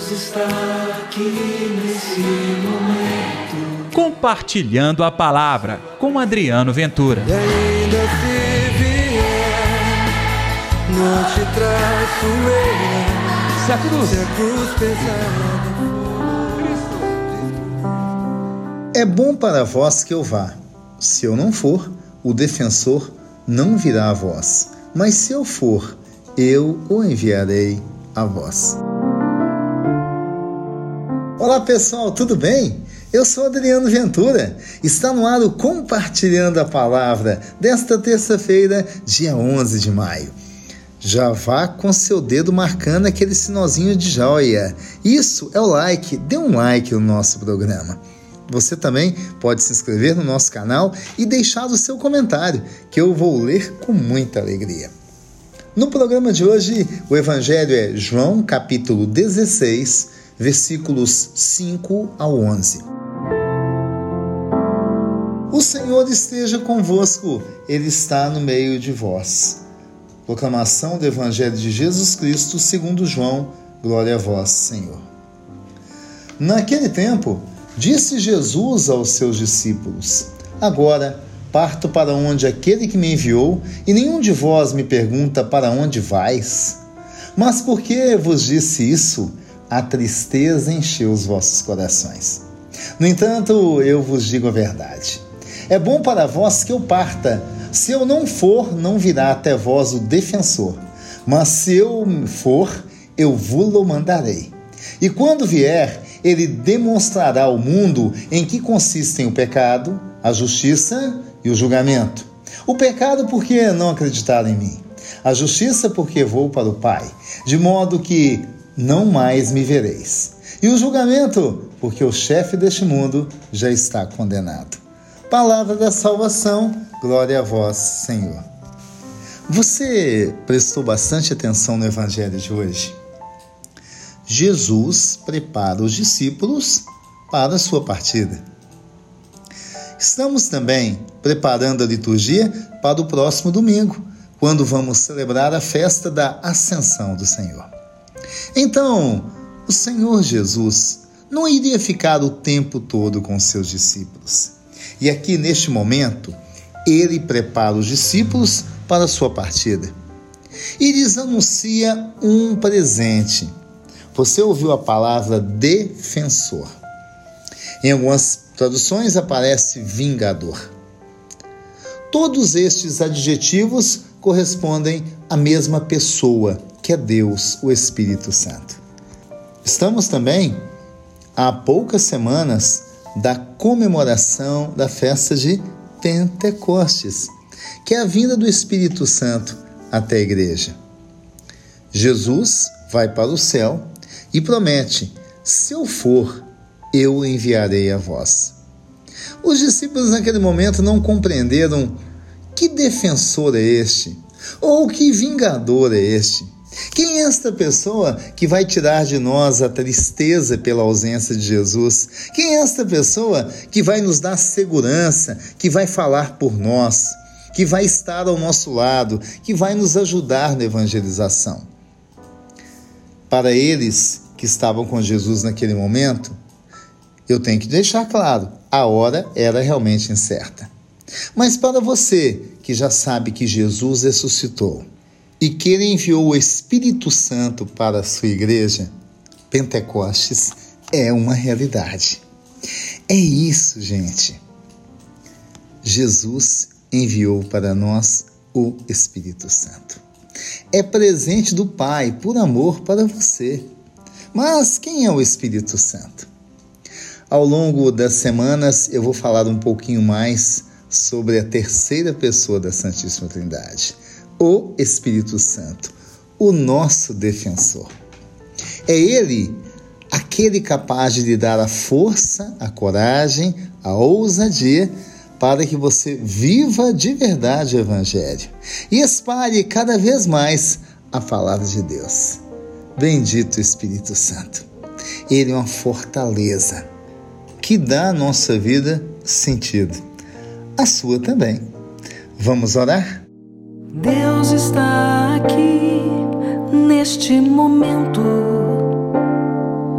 Deus está aqui nesse momento, Compartilhando a Palavra, com Adriano Ventura. e ainda se vier, não te traço eu, Se a cruz se a cruz pesada for. É bom para vós que eu vá. Se eu não for, o defensor não virá a vós. Mas se eu for, eu o enviarei a vós. Olá pessoal, tudo bem? Eu sou Adriano Ventura. Está no ar o Compartilhando a Palavra desta terça-feira, dia 11 de maio. Já vá com seu dedo marcando aquele sinalzinho de joia. Isso é o like. Dê um like no nosso programa. Você também pode se inscrever no nosso canal e deixar o seu comentário, que eu vou ler com muita alegria. No programa de hoje, o Evangelho é João, capítulo 16, versículos 5 ao 11. O Senhor esteja convosco, Ele está no meio de vós. Proclamação do Evangelho de Jesus Cristo segundo João, glória a vós, Senhor. Naquele tempo, disse Jesus aos seus discípulos: agora parto para onde aquele que me enviou, e nenhum de vós me pergunta para onde vais. Mas por que vos disse isso? A tristeza encheu os vossos corações. No entanto, eu vos digo a verdade. É bom para vós que eu parta. Se eu não for, não virá até vós o defensor. Mas se eu for, eu vou-lo mandarei. E quando vier, ele demonstrará ao mundo em que consistem o pecado, a justiça e o julgamento. O pecado porque não acreditaram em mim. A justiça porque vou para o Pai, de modo que não mais me vereis. E o julgamento porque o chefe deste mundo já está condenado. Palavra da salvação, glória a vós, Senhor. Você prestou bastante atenção no Evangelho de hoje? Jesus prepara os discípulos para a sua partida. Estamos também preparando a liturgia para o próximo domingo, quando vamos celebrar a festa da Ascensão do Senhor. Então, o Senhor Jesus não iria ficar o tempo todo com seus discípulos. E aqui, neste momento, ele prepara os discípulos para a sua partida. E lhes anuncia um presente. Você ouviu a palavra defensor. Em algumas traduções aparece vingador. Todos estes adjetivos correspondem à mesma pessoa, que é Deus, o Espírito Santo. Estamos também há poucas semanas da comemoração da festa de Pentecostes, que é a vinda do Espírito Santo até a igreja. Jesus vai para o céu e promete: se eu for, eu enviarei a vós. Os discípulos naquele momento não compreenderam que defensor é este, ou que vingador é este. Quem é esta pessoa que vai tirar de nós a tristeza pela ausência de Jesus? Quem é esta pessoa que vai nos dar segurança, que vai falar por nós, que vai estar ao nosso lado, que vai nos ajudar na evangelização? Para eles que estavam com Jesus naquele momento, eu tenho que deixar claro, a hora era realmente incerta. Mas para você que já sabe que Jesus ressuscitou e que ele enviou o Espírito Santo para a sua igreja, Pentecostes é uma realidade. É isso, gente. Jesus enviou para nós o Espírito Santo. É presente do Pai, por amor para você. Mas quem é o Espírito Santo? Ao longo das semanas eu vou falar um pouquinho mais sobre a terceira pessoa da Santíssima Trindade, o Espírito Santo, o nosso defensor. É ele aquele capaz de lhe dar a força, a coragem, a ousadia para que você viva de verdade o Evangelho e espalhe cada vez mais a palavra de Deus. Bendito Espírito Santo. Ele é uma fortaleza que dá à nossa vida sentido. A sua também. Vamos orar? Deus está aqui neste momento.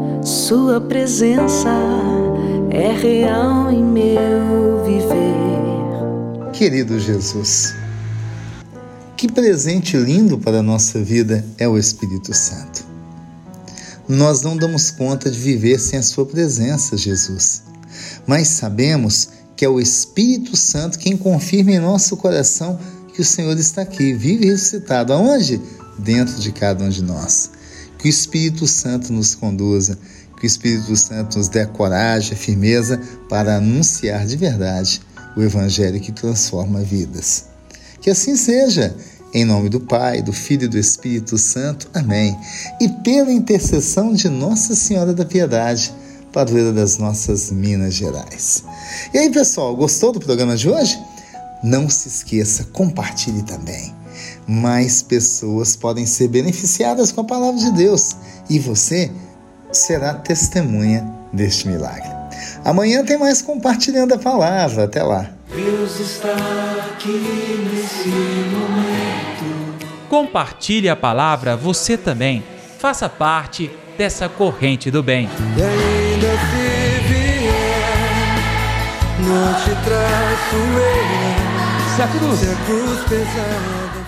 Sua presença é real em meu viver. Querido Jesus, que presente lindo para a nossa vida é o Espírito Santo. Nós não damos conta de viver sem a sua presença, Jesus, mas sabemos que é o Espírito Santo quem confirma em nosso coração que o Senhor está aqui, vive e ressuscitado. Aonde? Dentro de cada um de nós. Que o Espírito Santo nos conduza, que o Espírito Santo nos dê coragem, firmeza para anunciar de verdade o Evangelho que transforma vidas. Que assim seja, em nome do Pai, do Filho e do Espírito Santo. Amém. E pela intercessão de Nossa Senhora da Piedade, padroeira das nossas Minas Gerais. E aí, pessoal, gostou do programa de hoje? Não se esqueça, compartilhe também. Mais pessoas podem ser beneficiadas com a palavra de Deus e você será testemunha deste milagre. Amanhã tem mais compartilhando a palavra. Até lá. Deus está aqui nesse momento. Compartilhe a palavra você também. Faça parte dessa corrente do bem. E ainda se vier, não te traço eu. Se a cruz pesada